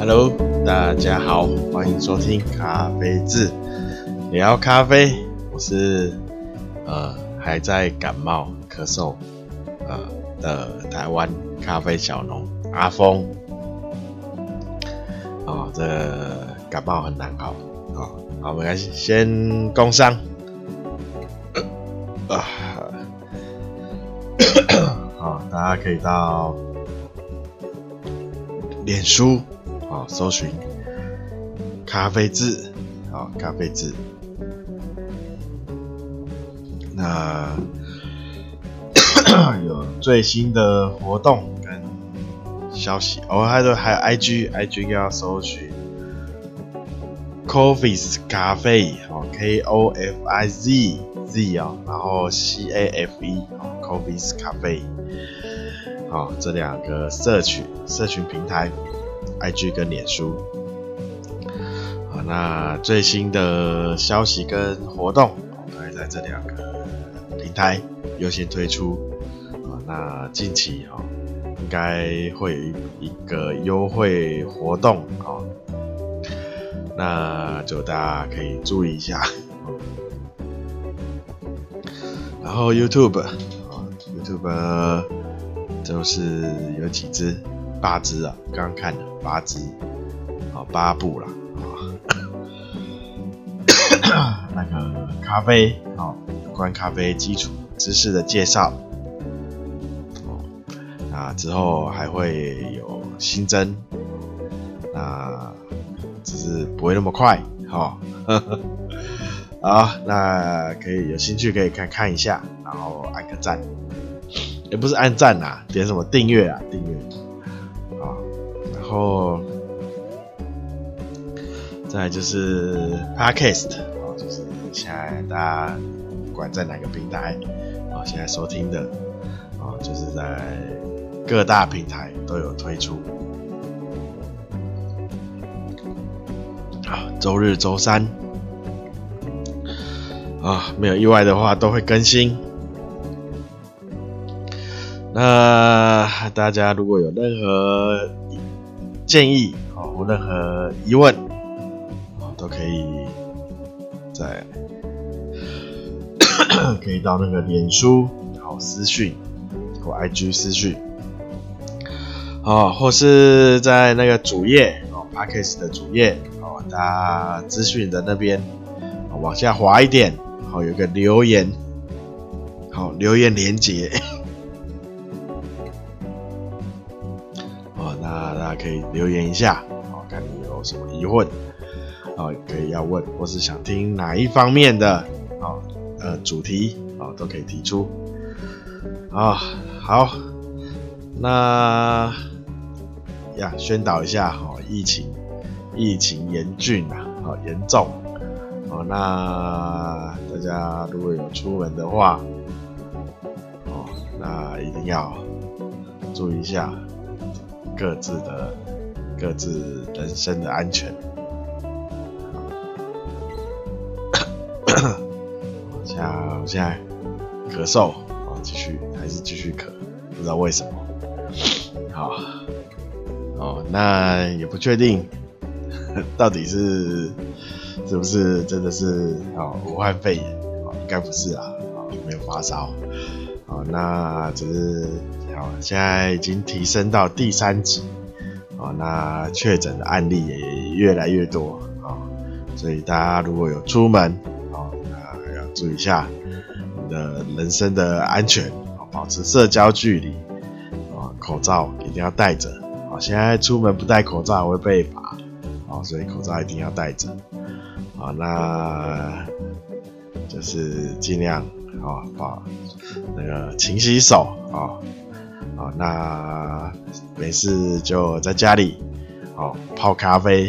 Hello， 大家好，欢迎收听咖啡志聊咖啡。我是还在感冒咳嗽的台湾咖啡小农阿峰。这个感冒很难熬好，没关系，先工商。好，大家可以到脸书搜寻咖啡志，咖啡志。那有最新的活动跟消息还有 IG 要搜寻 Kofiz 咖啡KOFIZ 然后 CAFE Kofiz 咖啡。这两个社群平台 IG 跟脸书。那最新的消息跟活动都会在这两个平台优先推出。那近期应该会有一个优惠活动那就大家可以注意一下。然后 YouTube 就是有几支8支刚刚看了8支8部啦那个咖啡有关咖啡基础知识的介绍那之后还会有新增，那只是不会那么快好，那可以有兴趣可以看一下，然后按个赞，也不是按赞点什么订阅然后再来就是 Podcast 就是现在大家不管在哪个平台现在收听的就是在各大平台都有推出。周日周三没有意外的话都会更新。那大家如果有任何建议或任何疑问都可以可以到那个脸书私讯或 IG 私讯或是在那个主页Podcast 的主页大家资讯的那边往下滑一点有一个留言留言连结那大家可以留言一下看你有什么疑问可以要问或是想听哪一方面的主题都可以提出好，那宣导一下疫情严重那大家如果有出门的话那一定要注意一下各自人身的安全。我现在咳嗽还是继续咳，不知道为什么。那也不确定到底是不是真的是武汉肺炎应该不是没有发烧那只是现在已经提升到第3级那确诊的案例也越来越多所以大家如果有出门那要注意一下你的人身的安全保持社交距离口罩一定要戴着现在出门不戴口罩会被罚所以口罩一定要戴着那就是尽量那个勤洗手那没事就在家里泡咖啡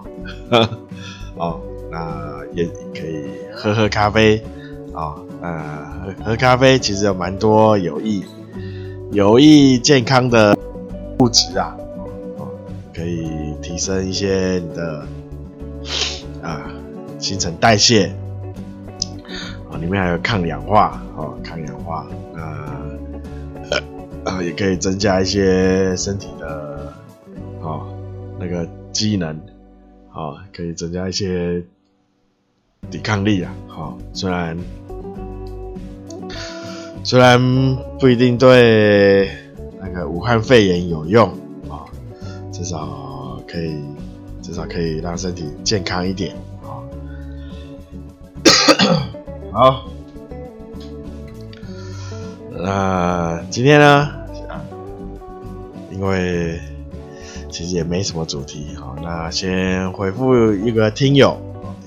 那也可以喝咖啡喝咖啡其实有蛮多有益健康的物质可以提升一些你的新陈代谢里面还有抗氧化也可以增加一些身体的那个机能，可以增加一些抵抗力啊。虽然不一定对那个武汉肺炎有用至少可以让身体健康一点好，那今天呢，因为其实也没什么主题，那先回复一个听友，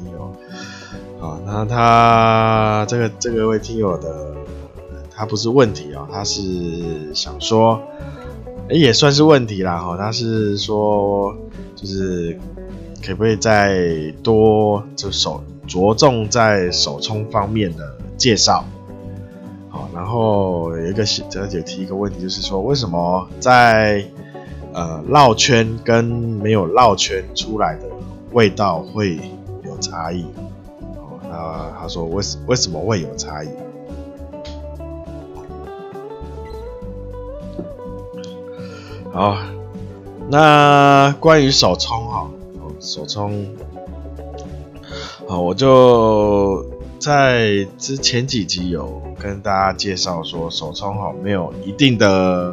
那他这个位听友的，他不是问题他是想说，也算是问题啦他是说，就是可不可以再多着重在手冲方面的介绍，然后有提一个问题，就是说为什么在绕圈跟没有绕圈出来的味道会有差异？那他说为什么会有差异？好，那关于手冲我就在前几集有跟大家介绍说，手冲没有一定的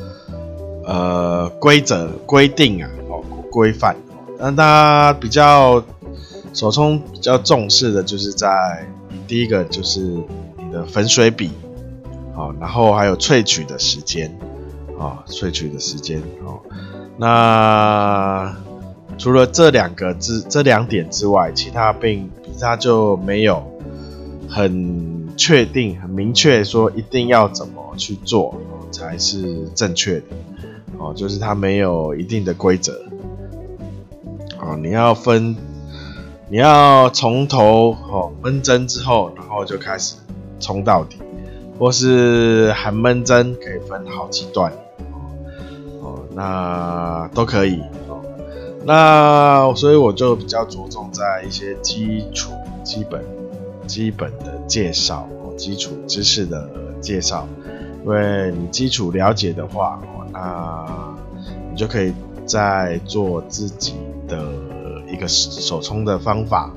规则规定规范，但大家手冲比较重视的就是在第一个就是你的粉水比，然后还有萃取的时间，那除了这两点之外，其他就没有很确定、很明确说一定要怎么去做才是正确的就是它没有一定的规则你要从头焖蒸之后，然后就开始冲到底，或是含焖蒸可以分好几段那都可以那所以我就比较着重在一些基本的介绍基础知识的介绍，因为你基础了解的话那你就可以再做自己的一个手冲的方法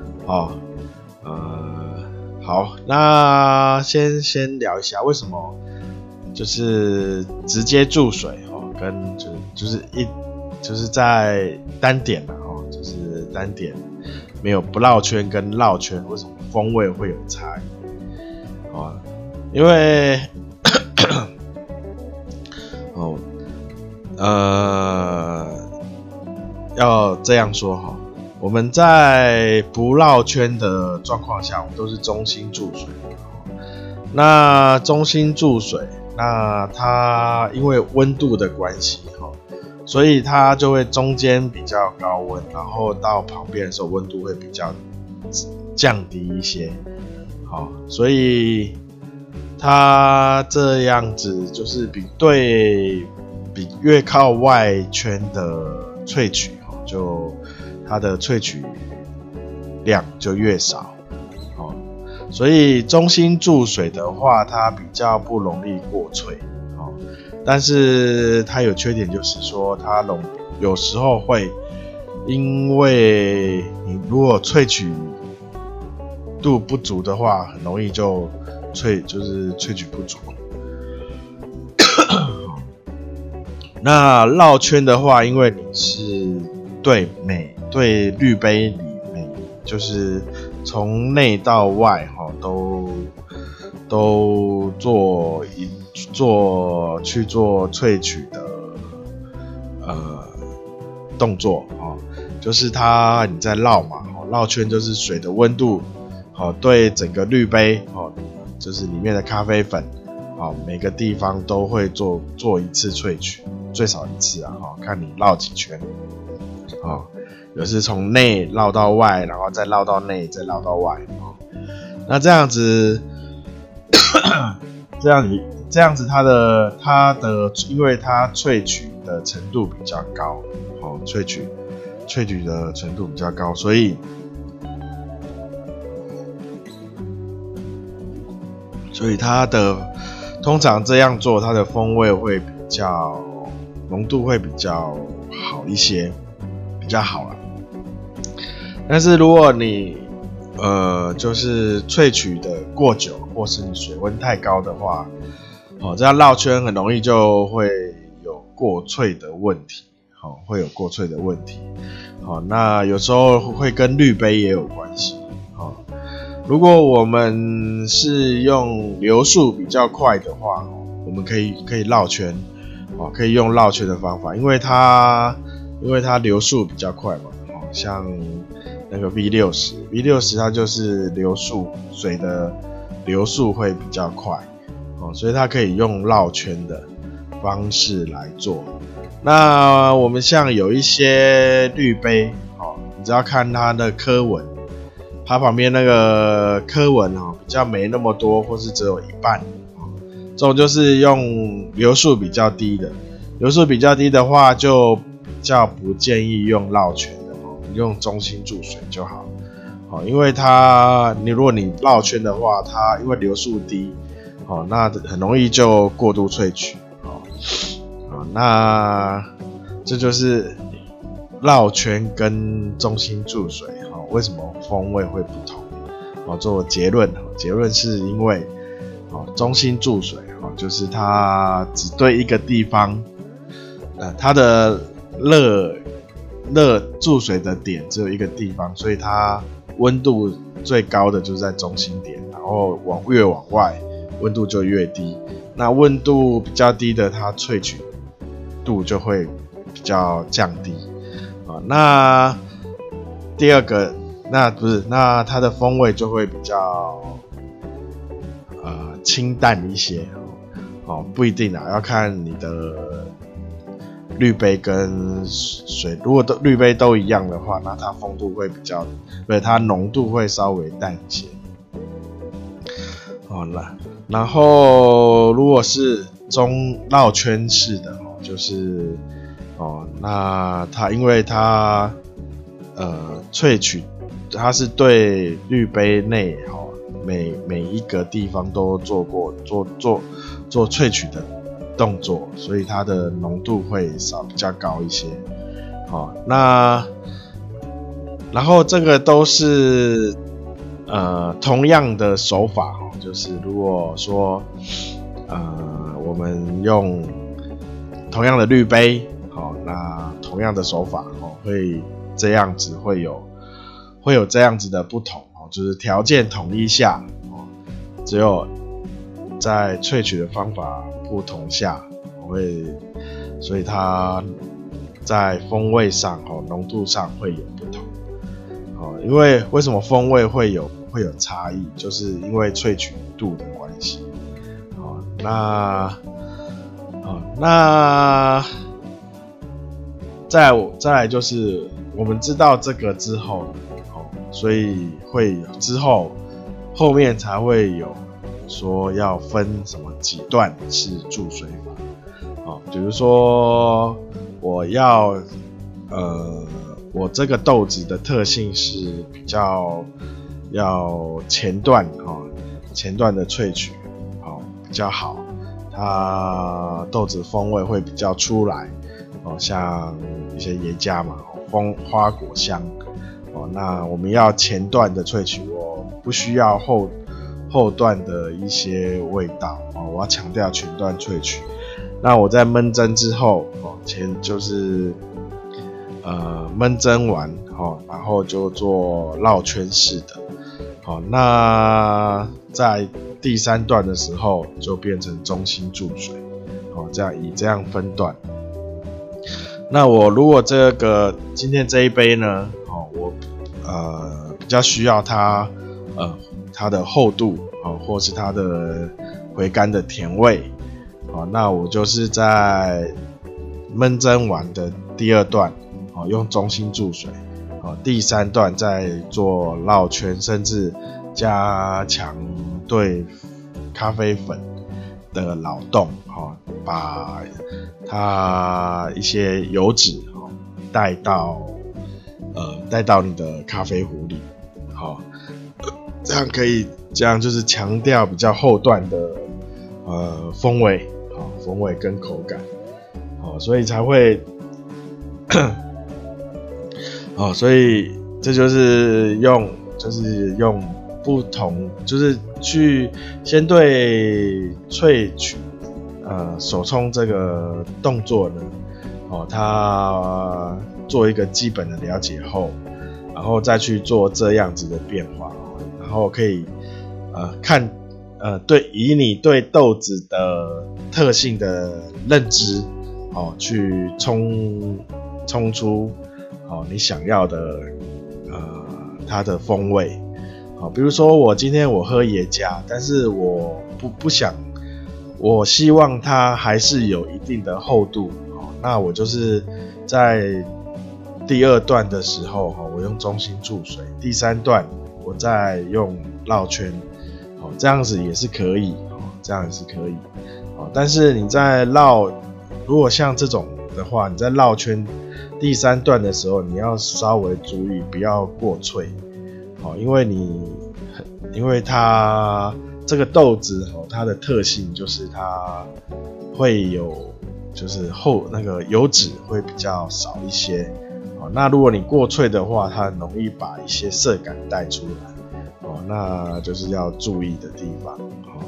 好，那先聊一下为什么就是直接注水跟就是在单点就是单点没有不绕圈跟绕圈，为什么风味会有差异因为要这样说我们在不绕圈的状况下，我们都是中心注水那中心注水，那它因为温度的关系所以它就会中间比较高温，然后到旁边的时候温度会比较降低一些所以它这样子就是比越靠外圈的萃取就它的萃取量就越少所以中心注水的话，它比较不容易过萃但是它有缺点，就是说它有时候会因为你如果萃取度不足的话，很容易就就是萃取不足那绕圈的话，因为你是对滤杯里面，就是从内到外都去做萃取的动作就是你在绕嘛绕圈就是水的温度对整个滤杯就是里面的咖啡粉每个地方都会做一次萃取，最少一次看你绕几圈有时从内绕到外，然后再绕到内，再绕到外那这样子它的因为它萃取的程度比较高萃取的程度比较高，所以它的通常这样做，它的风味会比较浓度会比较好一些， 比较好啦。但是如果你就是萃取的过久，或是你水温太高的话，这样绕圈很容易就会有过萃的问题，会有过萃的问题。那有时候会跟滤杯也有关系。如果我们是用流速比较快的话，我们可以绕圈，可以用绕圈的方法，因为它流速比较快嘛，像那个 V60 它就是水的流速会比较快，所以它可以用绕圈的方式来做。那我们像有一些滤杯，你只要看它的刻纹，它旁边那个刻纹比较没那么多，或是只有一半，这种就是用流速比较低的。流速比较低的话，就比较不建议用绕圈的，你用中心注水就好。因为如果你绕圈的话，它因为流速低，那很容易就过度萃取。那这就是绕圈跟中心注水为什么风味会不同。做结论是因为中心注水就是它只对一个地方，它的热注水的点只有一个地方，所以它温度最高的就是在中心点，然后越往外温度就越低。那温度比较低的，它萃取度就会比较降低。那第二个，那它的风味就会比较清淡一些。不一定啦，要看你的滤杯跟水，如果滤杯都一样的话，那它风度会它浓度会稍微淡一些。然后如果是绕圈式的，就是那它因为它萃取，它是对滤杯内每一个地方都做萃取的动作，所以它的浓度会比较高一些。然后这个都是同样的手法，就是如果说我们用同样的滤杯，那同样的手法会这样子会有这样子的不同，就是条件统一下，只有在萃取的方法不同下，所以它在风味上浓度上会有不同。因为为什么风味会有差异，就是因为萃取度的关系。那再来就是我们知道这个之后，所以会之后面才会有说要分什么几段式注水法。比如说我这个豆子的特性是比较要前段的萃取比较好，它豆子风味会比较出来，像一些耶加嘛，花果香，那我们要前段的萃取，我不需要后段的一些味道，我要强调前段萃取。那我在焖蒸之后，就是焖蒸完，然后就做绕圈式的，那在第三段的时候就变成中心注水，以这样分段。那我如果今天这一杯呢，我比较需要它的厚度，或是它的回甘的甜味，那我就是在焖蒸完的第二段，用中心注水，第三段再做绕圈，甚至加强对咖啡粉的扰动，把它一些油脂带到你的咖啡壶里，这样就是强调比较后段的风味跟口感，所以才会所以这就是用不同，就是去先对萃取手冲这个动作呢，它做一个基本的了解后，然后再去做这样子的变化，然后可以看以你对豆子的特性的认知，去冲出你想要的它的风味。比如说今天我喝耶加，但是我不想，我希望它还是有一定的厚度，那我就是在第2段的时候，我用中心注水，第3段我再用绕圈，这样子也是可以，但是你在如果像这种的话，你在绕圈第3段的时候，你要稍微注意不要过萃，因为它这个豆子它的特性就是它会有就是那个油脂会比较少一些，那如果你过萃的话，它很容易把一些涩感带出来，那就是要注意的地方，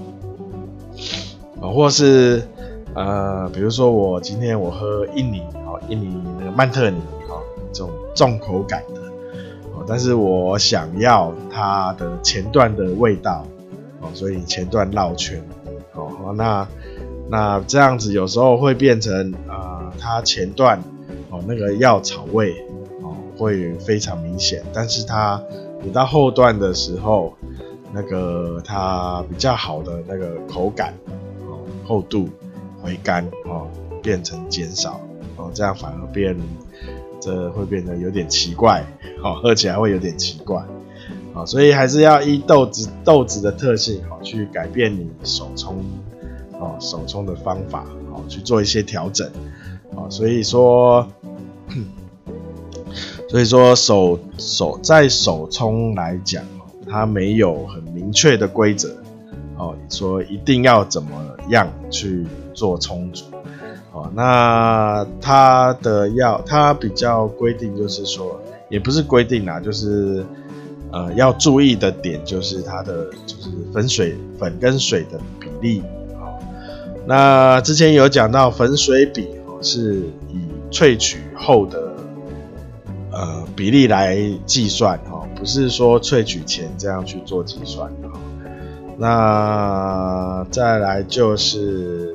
或是比如说今天我喝印尼那个曼特尼，这种重口感的，但是我想要它的前段的味道，所以前段绕圈，那这样子有时候会变成它前段那个药草味会非常明显，但是你到后段的时候，那个它比较好的那个口感厚度回甘变成减少，这样反而这会变得有点奇怪，喝起来会有点奇怪，所以还是要依豆子的特性去改变你手冲的方法，去做一些调整，所以说在手冲来讲，它没有很明确的规则，说一定要怎么样去做冲煮，那它比较规定就是说，也不是规定啦，就是要注意的点就是它的就是粉跟水的比例，那之前有讲到粉水比是以萃取后的比例来计算，不是说萃取前这样去做计算，那再来就是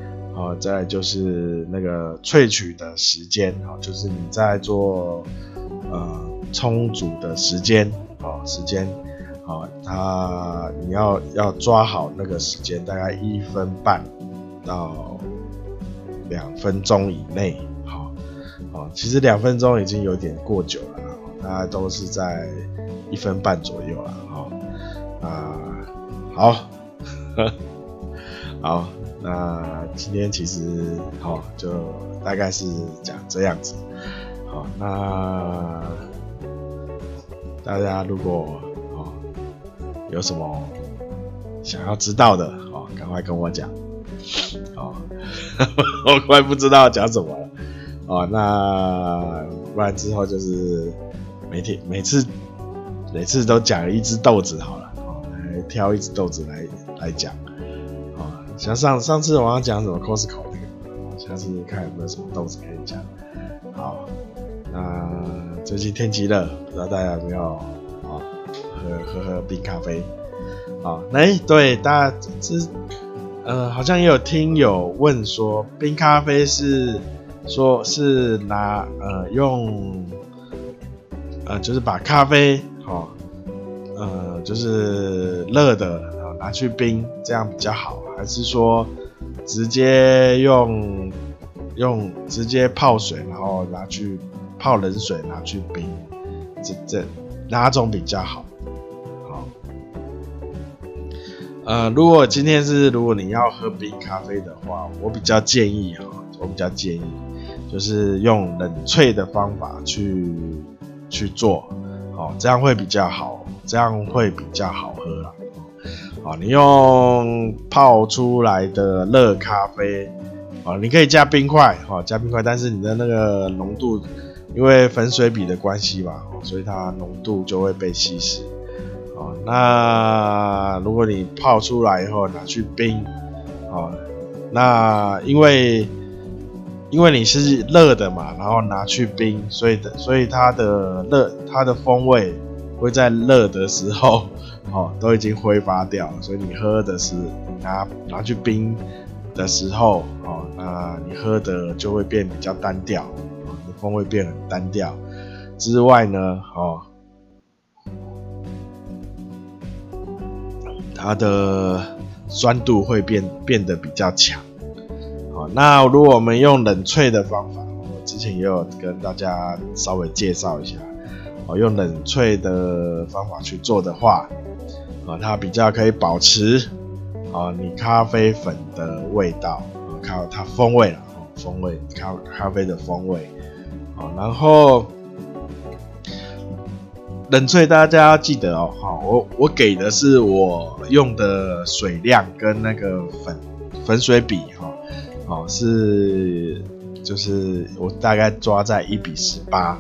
那个萃取的时间，就是你在做冲煮的时间，你要抓好那个时间，大概1分半到2分钟以内，其实2分钟已经有点过久了，大概都是在1分半左右了，好，那今天其实就大概是讲这样子，那大家如果有什么想要知道的，赶快跟我讲，我快不知道讲什么了，那不然之后就是每次都讲一只豆子好了，来挑一只豆子来讲，像上次我要讲什么 Costco 那个，下次看有没有什么豆子可以讲。好，那最近天气热，不知道大家有没有喝冰咖啡？对，大家好像也有听友问说，冰咖啡是拿用就是把咖啡就是热的拿去冰，这样比较好，还是说直接直接泡水，然后拿去泡冷水拿去冰，这哪种比较好？如果你要喝冰咖啡的话，我比较建议就是用冷萃的方法去做，这样会比较好喝啦。你用泡出来的热咖啡，你可以加冰块，但是你的那个浓度因为粉水比的关系嘛，所以它浓度就会被稀释。那如果你泡出来以后拿去冰，那因为你是热的嘛，然后拿去冰，所以它的风味会在热的时候都已经挥发掉了，所以你喝的是拿去冰的时候那你喝的就会变比较单调，你的风味变很单调。之外呢它的酸度会变得比较强。那如果我们用冷萃的方法，我之前也有跟大家稍微介绍一下，用冷萃的方法去做的话，它比较可以保持你咖啡粉的味道，它风味啦，风味咖啡的风味。然后冷萃大家要记得我给的是我用的水量跟那个粉水比是就是我大概抓在1:18，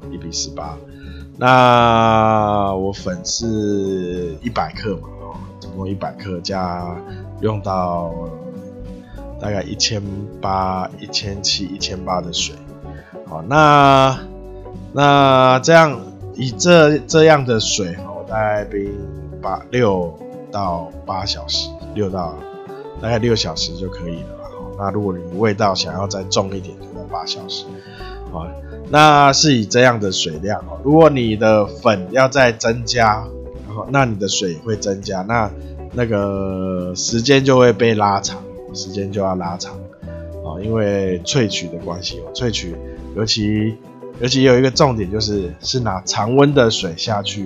那我粉是100克嘛，总共100克加用到大概1800、1700、1800的水。那这样以这样的水大概冰6到8小时大概6小时就可以了。那如果你味道想要再重一点，就在8小时。那是以这样的水量。如果你的粉要再增加，那你的水会增加，那个时间就会被拉长，时间就要拉长。因为萃取的关系，萃取尤其有一个重点是拿常温的水下去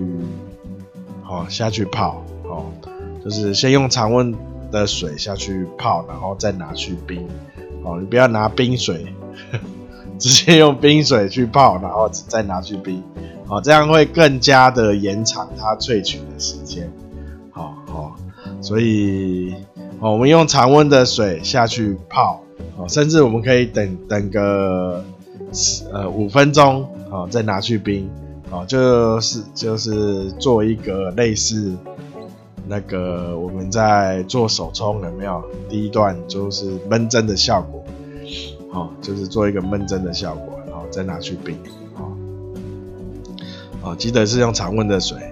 泡，就是先用常温的水下去泡，然后再拿去冰。你不要拿冰水直接用冰水去泡，然后再拿去冰。这样会更加的延长它萃取的时间。所以我们用常温的水下去泡，甚至我们可以等个5分钟再拿去冰。就是做一个类似那个我们在做手冲有没有？第一段就是焖蒸的效果，就是做一个焖蒸的效果，然后再拿去冰。记得是用常温的水。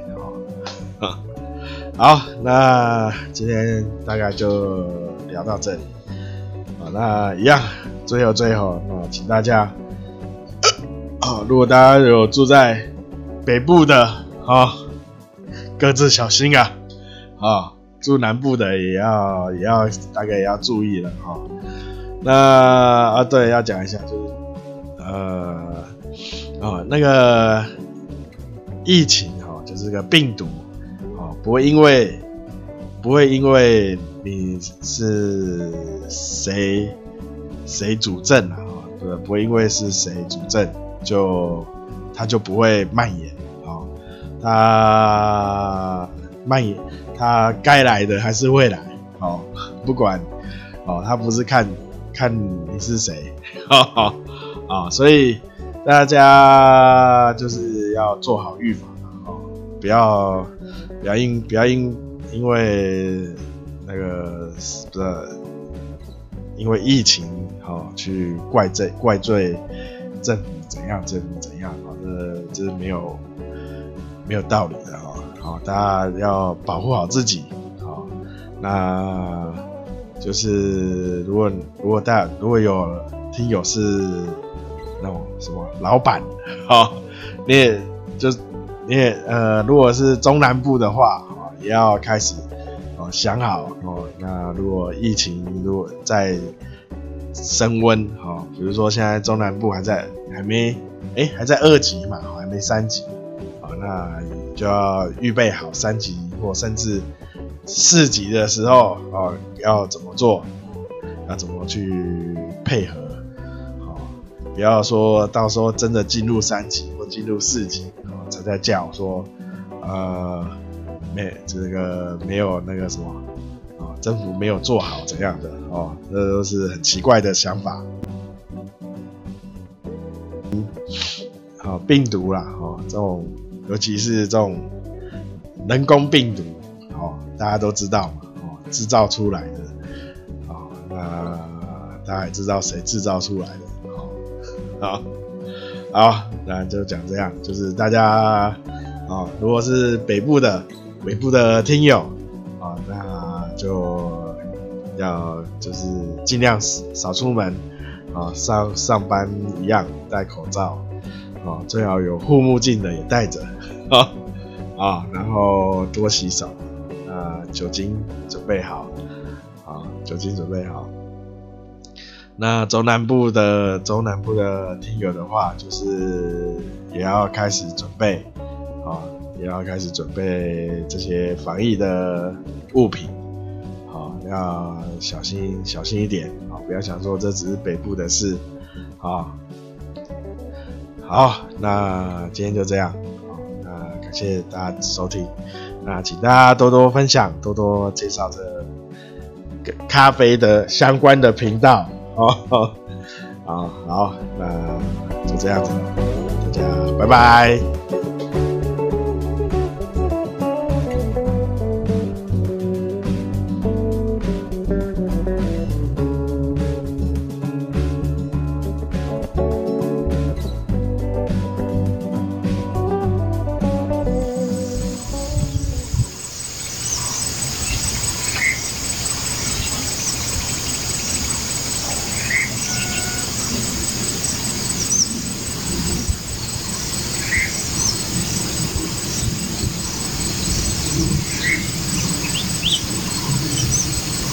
好，那今天大概就聊到这里。那一样，最后，那请大家，如果大家有住在北部的各自小心啊！住南部的也要大概也要注意了那对，要讲一下就是那个疫情就是个病毒不会因为你是谁主政不会因为是谁主政它就不会蔓延它蔓延，它该来的还是会来不管它不是看你是谁所以大家就是要做好预防不要因为那个因为疫情去怪罪政府怎样这是没有道理的大家要保护好自己那就是如果有听友是那种什么老板你也如果是中南部的话也要开始想好那如果疫情如果在升温比如说现在中南部还在2级嘛还没3级那你就要预备好3级或甚至4级的时候要怎么做，要怎么去配合不要说到时候真的进入3级或进入4级才在叫说没有那个什么政府没有做好怎样的这都是很奇怪的想法病毒啦，这种尤其是这种人工病毒，大家都知道嘛，制造出来的，那大家也知道谁制造出来的，好，那就讲这样，就是大家如果是北部的听友那就要就是尽量少出门上班一样戴口罩最好有护目镜的也戴着然后多洗手，酒精准备好那中南部的听友的话，就是也要开始准备这些防疫的物品要小心一点不要想说这只是北部的事好，那今天就这样那感谢大家收听，那请大家多多分享，多多介绍这个咖啡的相关的频道好，那就这样子，大家拜拜。